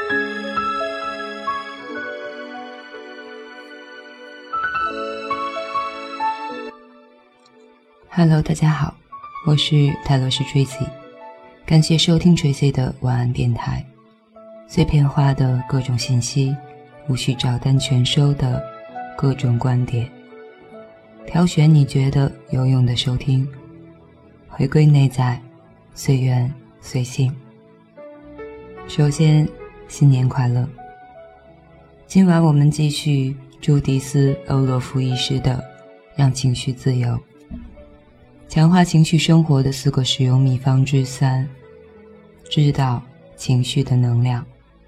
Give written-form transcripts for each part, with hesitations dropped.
Hello， 大家好，我是泰勒斯 Tracy， 感谢收听 Tracy 的晚安电台，碎片化的各种信息，无需照单全收的各种观点，挑选你觉得有用的收听，回归内在，随缘随性。首先，新年快乐！今晚我们继续朱迪斯·欧洛夫医师的《让情绪自由》。强化情绪生活的4个使用秘方之3，知道情绪的能量。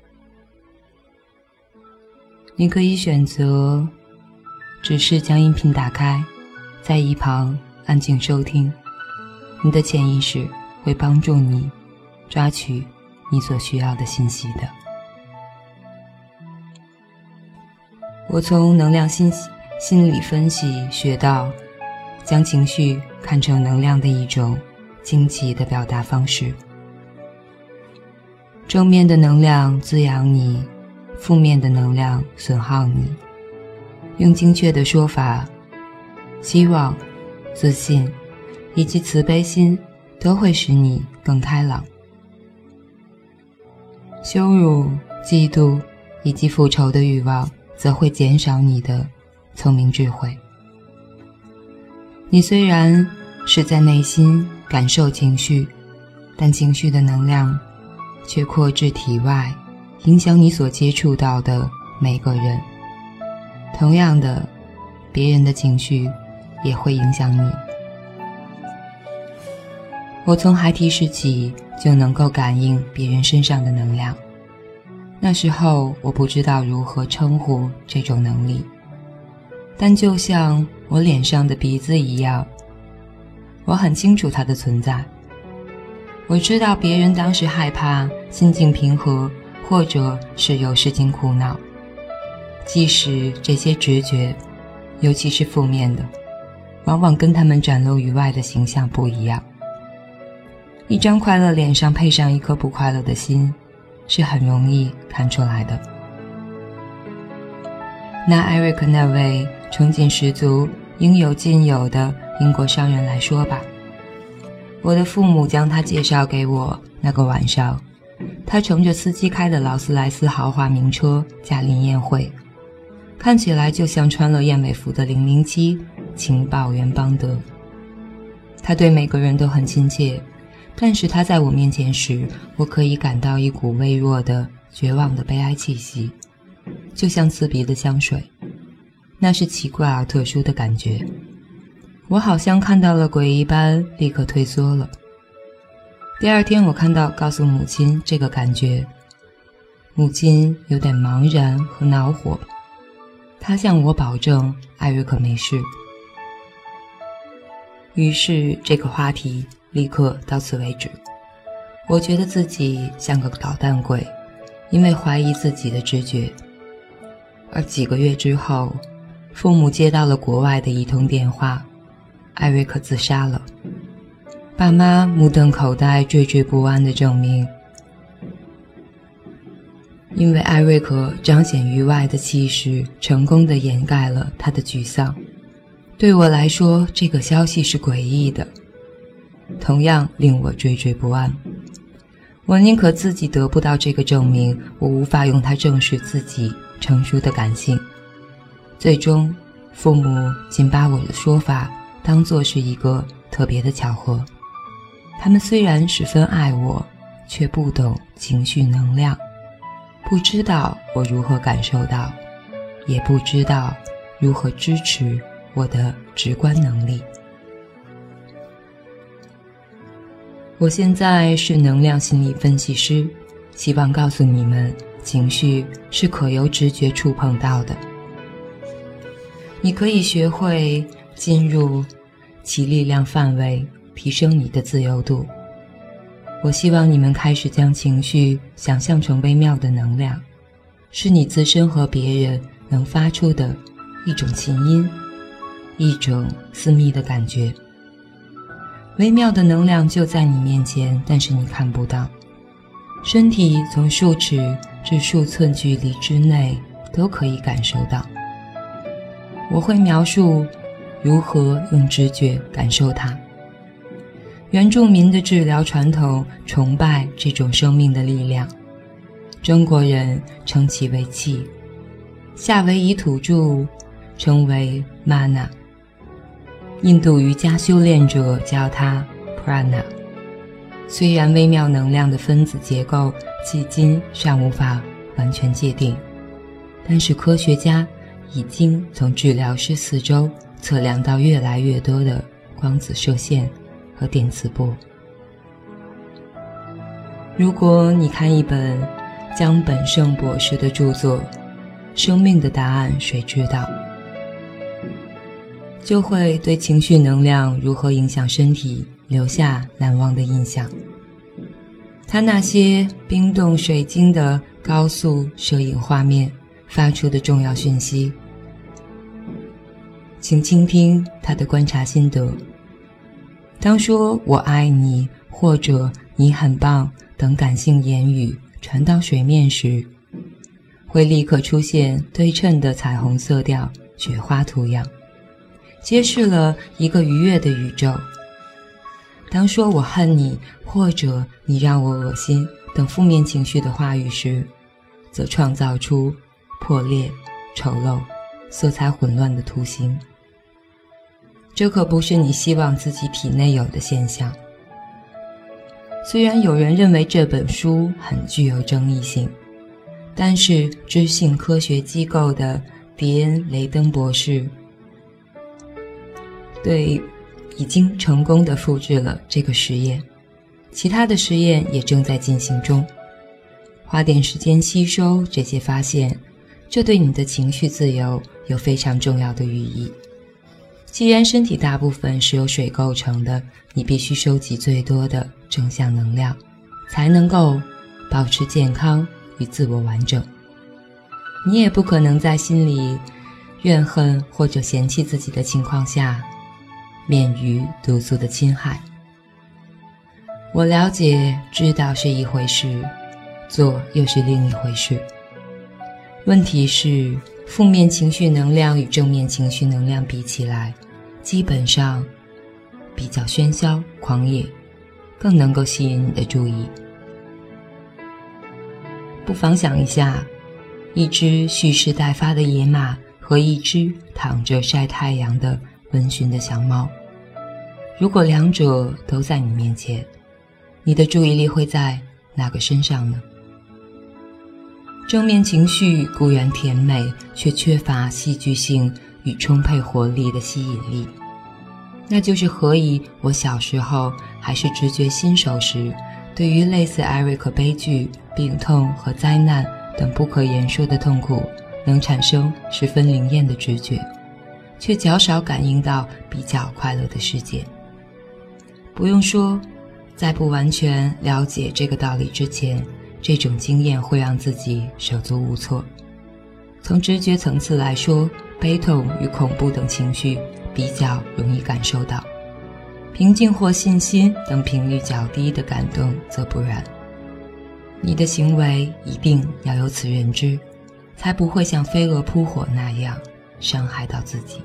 你可以选择只是将音频打开，在一旁安静收听，你的潜意识会帮助你抓取你所需要的信息的。我从能量心理分析学到，将情绪看成能量的一种积极的表达方式。正面的能量滋养你，负面的能量损耗你。用精确的说法，希望、自信以及慈悲心都会使你更开朗。羞辱、嫉妒以及复仇的欲望则会减少你的聪明智慧。你虽然是在内心感受情绪，但情绪的能量却扩至体外，影响你所接触到的每个人。同样的，别人的情绪也会影响你。我从孩提时起就能够感应别人身上的能量，那时候我不知道如何称呼这种能力，但就像我脸上的鼻子一样，我很清楚它的存在。我知道别人当时害怕、心境平和，或者是有事情苦恼，即使这些直觉，尤其是负面的，往往跟他们展露于外的形象不一样。一张快乐脸上配上一颗不快乐的心，是很容易看出来的。拿艾瑞克那位冲劲十足、应有尽有的英国商人来说吧，我的父母将他介绍给我那个晚上，他乘着司机开的劳斯莱斯豪华名车驾临宴会，看起来就像穿了燕尾服的007情报员邦德。他对每个人都很亲切，但是他在我面前时，我可以感到一股微弱的绝望的悲哀气息，就像刺鼻的香水，那是奇怪而特殊的感觉。我好像看到了鬼一般，立刻退缩了。第二天我告诉母亲这个感觉，母亲有点茫然和恼火，她向我保证艾瑞克没事。于是这个话题立刻到此为止。我觉得自己像个捣蛋鬼，因为怀疑自己的直觉。而几个月之后，父母接到了国外的一通电话，艾瑞克自杀了。爸妈目瞪口呆，惴惴不安地证明，因为艾瑞克彰显于外的气势成功地掩盖了他的沮丧。对我来说，这个消息是诡异的，同样令我惴惴不安。我宁可自己得不到这个证明，我无法用它证实自己成熟的感性。最终，父母仅把我的说法当作是一个特别的巧合。他们虽然十分爱我，却不懂情绪能量，不知道我如何感受到，也不知道如何支持我的直观能力。我现在是能量心理分析师，希望告诉你们，情绪是可由直觉触碰到的。你可以学会进入其力量范围，提升你的自由度。我希望你们开始将情绪想象成微妙的能量，是你自身和别人能发出的一种琴音，一种私密的感觉。微妙的能量就在你面前，但是你看不到。 身体从数尺至数寸距离之内都可以感受到。我会描述如何用直觉感受它。原住民的治疗传统崇拜这种生命的力量，中国人称其为气，夏威夷土著称为 mana， 印度瑜伽修炼者叫它 prana。 虽然微妙能量的分子结构迄今尚无法完全界定，但是科学家已经从治疗师四周测量到越来越多的光子射线和电磁波。如果你看一本江本胜博士的著作《生命的答案谁知道》，就会对情绪能量如何影响身体留下难忘的印象。他那些冰冻水晶的高速摄影画面发出的重要讯息，请倾听他的观察心得。当说我爱你或者你很棒等感性言语传到水面时，会立刻出现对称的彩虹色调雪花图样，揭示了一个愉悦的宇宙。当说我恨你或者你让我恶心等负面情绪的话语时，则创造出破裂、丑陋、色彩混乱的图形。这可不是你希望自己体内有的现象。虽然有人认为这本书很具有争议性，但是知性科学机构的迪恩·雷登博士已经成功地复制了这个实验，其他的实验也正在进行中。花点时间吸收这些发现，这对你的情绪自由有非常重要的寓意。既然身体大部分是由水构成的，你必须收集最多的正向能量，才能够保持健康与自我完整。你也不可能在心里怨恨或者嫌弃自己的情况下免于毒素的侵害。我了解，知道是一回事，做又是另一回事。问题是，负面情绪能量与正面情绪能量比起来，基本上比较喧嚣狂野，更能够吸引你的注意。不妨想一下，一只蓄势待发的野马和一只躺着晒太阳的温驯的小猫，如果两者都在你面前，你的注意力会在哪个身上呢？正面情绪固然甜美，却缺乏戏剧性与充沛活力的吸引力。那就是何以我小时候还是直觉新手时，对于类似艾瑞克悲剧、病痛和灾难等不可言说的痛苦能产生十分灵验的直觉，却较少感应到比较快乐的事件。不用说，在不完全了解这个道理之前，这种经验会让自己手足无措。从直觉层次来说，悲痛与恐怖等情绪比较容易感受到，平静或信心等频率较低的感动则不然。你的行为一定要有此认知，才不会像飞蛾扑火那样伤害到自己。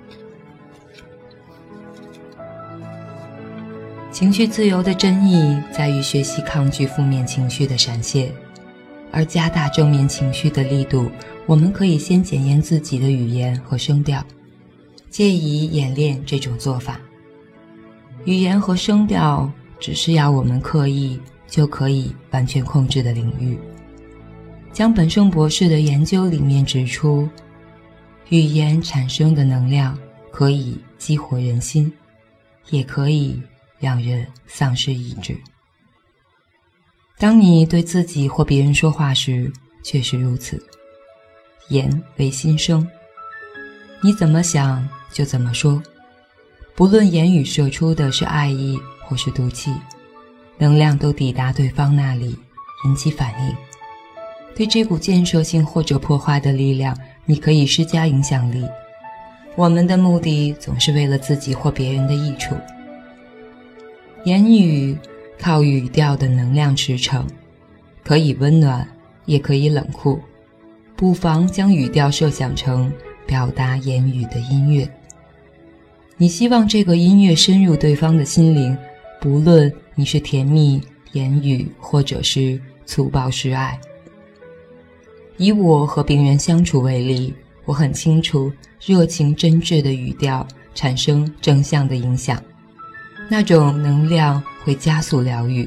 情绪自由的真意在于学习抗拒负面情绪的闪现，而加大正面情绪的力度，我们可以先检验自己的语言和声调，借以演练这种做法。语言和声调只是要我们刻意就可以完全控制的领域。江本胜博士的研究里面指出，语言产生的能量可以激活人心，也可以让人丧失意志。当你对自己或别人说话时，确实如此。言为心声，你怎么想就怎么说，不论言语射出的是爱意或是毒气，能量都抵达对方那里，引起反应。对这股建设性或者破坏的力量，你可以施加影响力。我们的目的总是为了自己或别人的益处。言语靠语调的能量驰骋， 可以温暖，也可以冷酷，不妨将语调设想成表达言语的音乐。你希望这个音乐深入对方的心灵，不论你是甜蜜言语，或者是粗暴示爱。以我和病人相处为例，我很清楚热情真挚的语调产生正向的影响，那种能量会加速疗愈，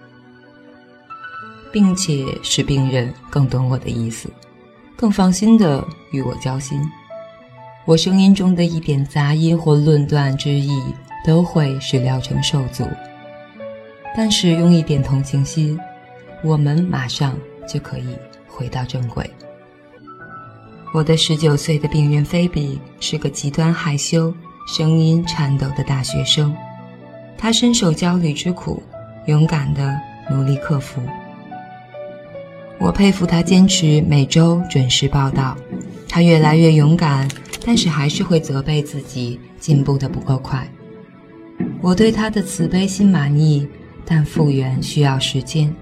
并且使病人更懂我的意思，更放心地与我交心。我声音中的一点杂音或论断之意都会使疗程受阻，但是用一点同情心，我们马上就可以回到正轨。我的19岁的病人菲比是个极端害羞、声音颤抖的大学生，她深受焦虑之苦，勇敢地努力克服。我佩服她坚持每周准时报到，她越来越勇敢，但是还是会责备自己进步得不够快。我对她的慈悲心满意，但复原需要时间。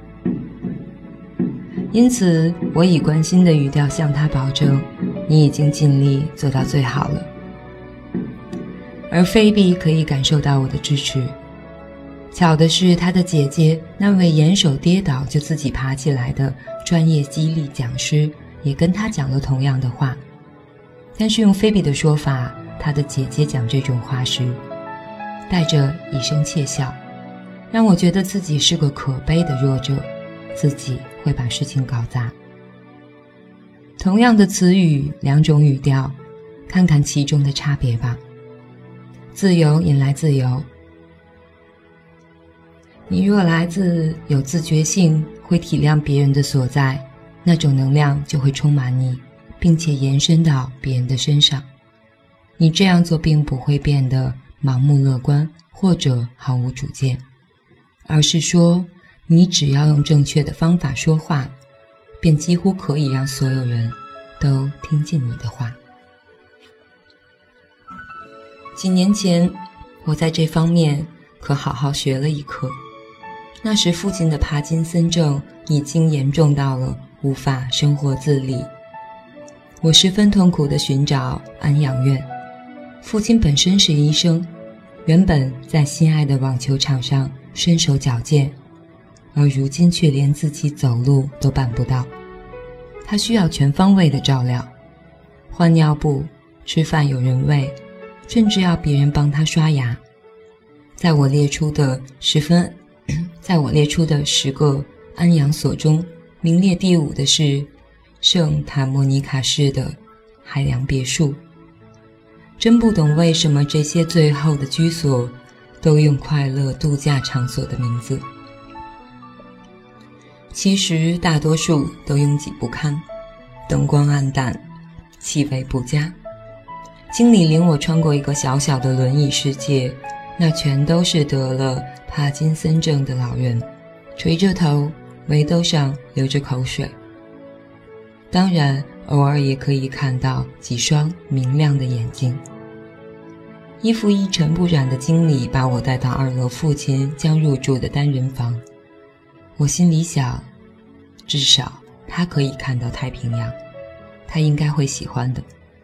因此，我以关心的语调向她保证，你已经尽力做到最好了。而菲比可以感受到我的支持。巧的是，她的姐姐那位眼手跌倒就自己爬起来的专业激励讲师也跟她讲了同样的话。但是用菲比的说法，她的姐姐讲这种话时带着一声窃笑，让我觉得自己是个可悲的弱者，自己会把事情搞砸。同样的词语，两种语调，看看其中的差别吧。自由引来自由，你若来自有自觉性，会体谅别人的所在，那种能量就会充满你，并且延伸到别人的身上。你这样做并不会变得盲目乐观或者毫无主见，而是说你只要用正确的方法说话，便几乎可以让所有人都听进你的话。几年前，我在这方面可好好学了一课。那时父亲的帕金森症已经严重到了无法生活自理，我十分痛苦地寻找安养院。父亲本身是医生，原本在心爱的网球场上身手矫健，而如今却连自己走路都办不到。他需要全方位的照料，换尿布，吃饭有人喂，甚至要别人帮他刷牙。在我列出的10个安养所中，名列第5的是圣塔莫尼卡市的海洋别墅。真不懂为什么这些最后的居所都用快乐度假场所的名字。其实大多数都拥挤不堪，灯光暗淡，气味不佳。经理领我穿过一个小小的轮椅世界，那全都是得了帕金森症的老人，垂着头，围兜上流着口水。当然偶尔也可以看到几双明亮的眼睛。衣服一尘不染的经理把我带到2楼父亲将入住的单人房。我心里想，至少他可以看到太平洋，他应该会喜欢的。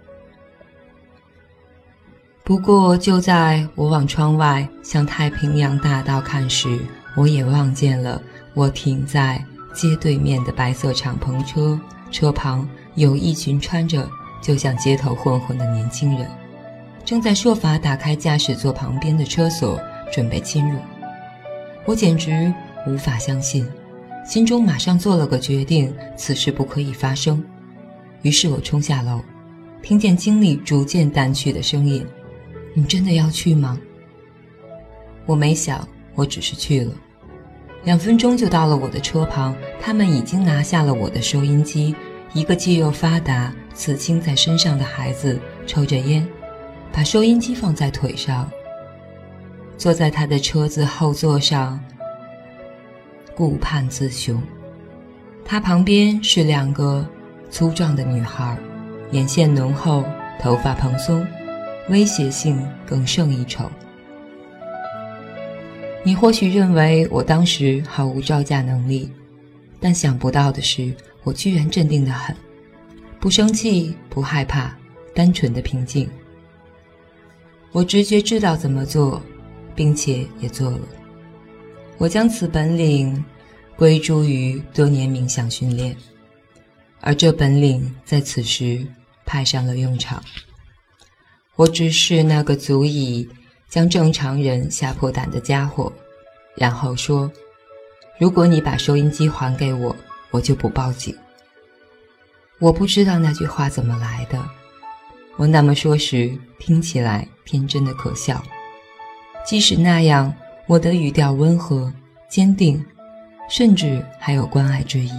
不过就在我往窗外向太平洋大道看时，我也望见了我停在街对面的白色敞篷车，车旁有一群穿着就像街头混混的年轻人，正在设法打开驾驶座旁边的车锁，准备侵入。我简直无法相信，心中马上做了个决定，此事不可以发生。于是我冲下楼，听见经理逐渐淡去的声音：“你真的要去吗？”我没想，我只是去了。2分钟就到了我的车旁，他们已经拿下了我的收音机。一个肌肉发达、刺青在身上的孩子抽着烟，把收音机放在腿上，坐在他的车子后座上顾盼自雄。他旁边是2个粗壮的女孩，眼线浓厚，头发蓬松，威胁性更胜一筹。你或许认为我当时毫无招架能力， 但想不到的是，我居然镇定得很，不生气，不害怕，单纯的平静。我直觉知道怎么做，并且也做了。我将此本领归诸于多年冥想训练，而这本领在此时派上了用场。我只是那个足以将正常人吓破胆的家伙，然后说，如果你把收音机还给我，我就不报警。我不知道那句话怎么来的，我那么说时听起来天真的可笑，即使那样，我的语调温和坚定，甚至还有关爱之意，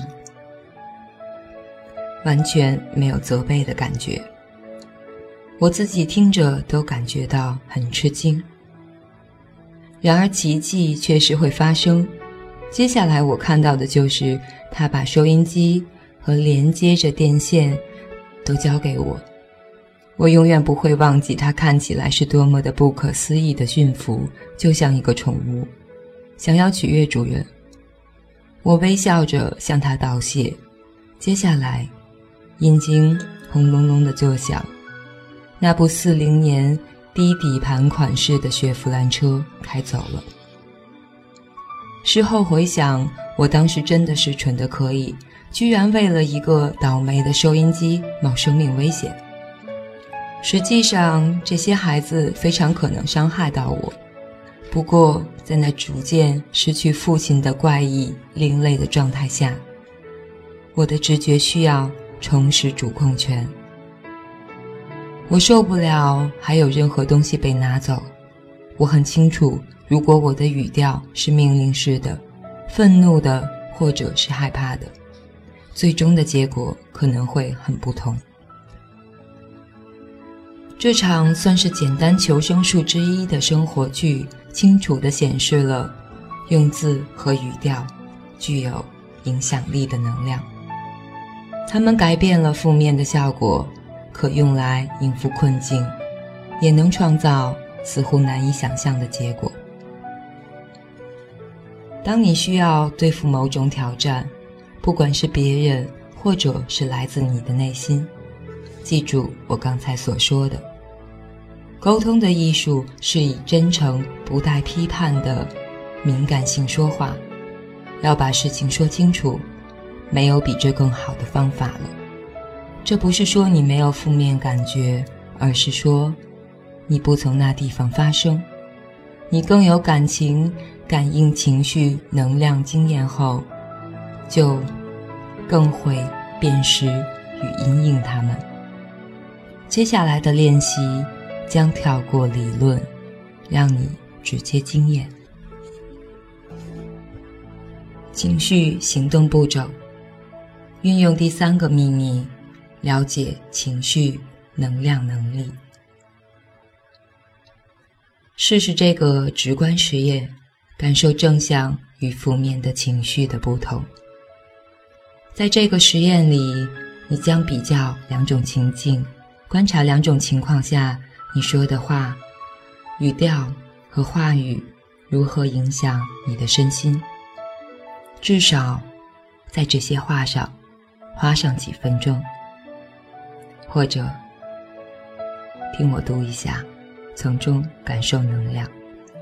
完全没有责备的感觉。我自己听着都感觉到很吃惊。然而奇迹确实会发生，接下来我看到的就是他把收音机和连接着电线都交给我。我永远不会忘记他看起来是多么的不可思议的驯服，就像一个宠物，想要取悦主人。我微笑着向他道谢，接下来眼睛轰隆隆地作响，那部40年低底盘款式的雪佛兰车开走了。事后回想，我当时真的是蠢得可以，居然为了一个倒霉的收音机冒生命危险。实际上，这些孩子非常可能伤害到我，不过在那逐渐失去父亲的怪异另类的状态下，我的直觉需要重拾主控权。我受不了还有任何东西被拿走。我很清楚，如果我的语调是命令式的、愤怒的或者是害怕的，最终的结果可能会很不同。这场算是简单求生术之一的生活剧，清楚地显示了用字和语调具有影响力的能量。它们改变了负面的效果，可用来应付困境，也能创造似乎难以想象的结果。当你需要对付某种挑战，不管是别人或者是来自你的内心，记住我刚才所说的，沟通的艺术是以真诚不带批判的敏感性说话，要把事情说清楚，没有比这更好的方法了。这不是说你没有负面感觉，而是说你不从那地方发生，你更有感情，感应情绪能量经验后，就更会辨识与因应它们。接下来的练习将跳过理论，让你直接经验。情绪行动步骤，运用第3个秘密，了解情绪能量能力。试试这个直观实验，感受正向与负面的情绪的不同。在这个实验里，你将比较2种情境，观察2种情况下你说的话、语调和话语如何影响你的身心。至少在这些话上花上几分钟，或者听我读一下，从中感受能量。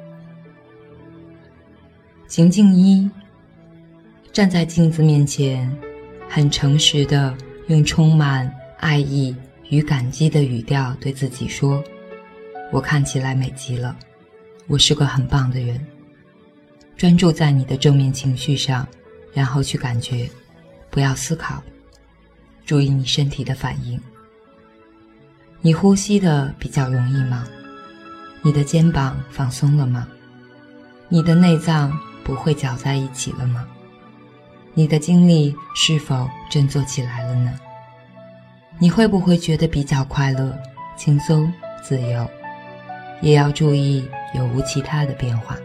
情境1，站在镜子面前，很诚实地用充满爱意与感激的语调对自己说，我看起来美极了，我是个很棒的人。专注在你的正面情绪上，然后去感觉，不要思考，注意你身体的反应。你呼吸的比较容易吗？你的肩膀放松了吗？你的内脏不会搅在一起了吗？你的精力是否振作起来了呢？你会不会觉得比较快乐、轻松、自由？也要注意有无其他的变化。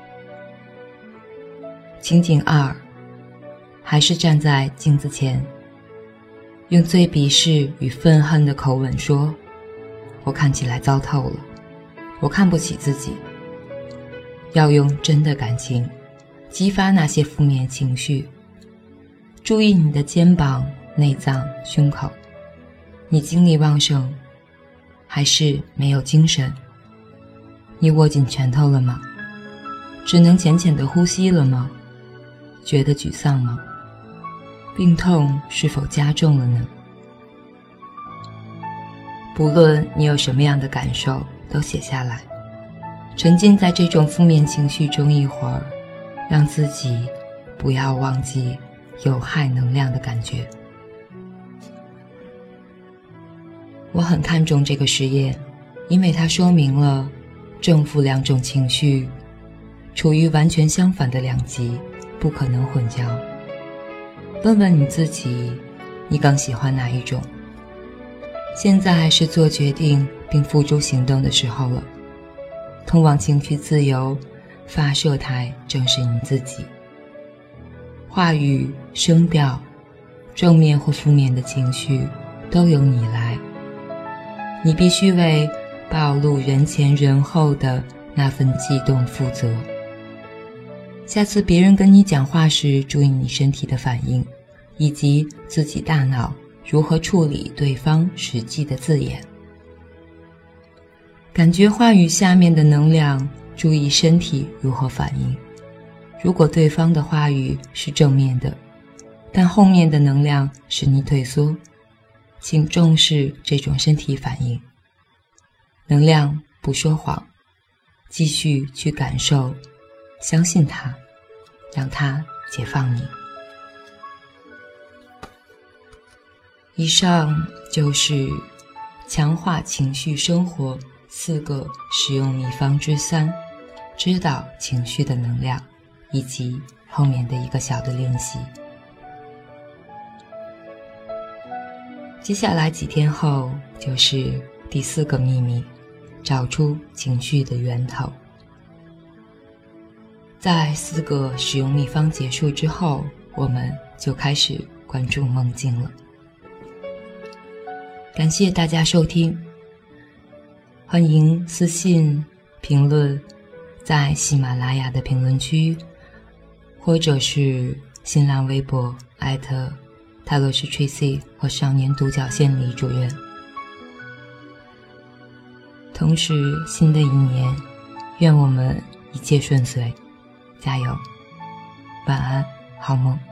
情景2，还是站在镜子前，用最鄙视与愤恨的口吻说，我看起来糟透了，我看不起自己。要用真的感情激发那些负面情绪， 注意你的肩膀、内脏、胸口，你精力旺盛，还是没有精神？你握紧拳头了吗？只能浅浅的呼吸了吗？觉得沮丧吗？病痛是否加重了呢？不论你有什么样的感受，都写下来，沉浸在这种负面情绪中一会儿，让自己不要忘记有害能量的感觉。我很看重这个实验，因为它说明了正负两种情绪处于完全相反的两极，不可能混淆。问问你自己，你更喜欢哪一种？现在是做决定并付诸行动的时候了。通往情绪自由，发射台正是你自己。话语、声调，正面或负面的情绪都由你来。你必须为暴露人前人后的那份悸动负责。下次别人跟你讲话时，注意你身体的反应，以及自己大脑如何处理对方实际的字眼。感觉话语下面的能量，注意身体如何反应。如果对方的话语是正面的，但后面的能量使你退缩，请重视这种身体反应。能量不说谎，继续去感受，相信它，让它解放你。以上就是强化情绪生活4个实用秘方之3，知道情绪的能量，以及后面的一个小的练习。接下来几天后就是第4个秘密，找出情绪的源头。在4个使用秘方结束之后，我们就开始关注梦境了。感谢大家收听，欢迎私信评论在喜马拉雅的评论区，或者是新浪微博泰勒斯 Tracy 和少年独角仙李主任。同时新的一年，愿我们一切顺遂，加油，晚安，好梦。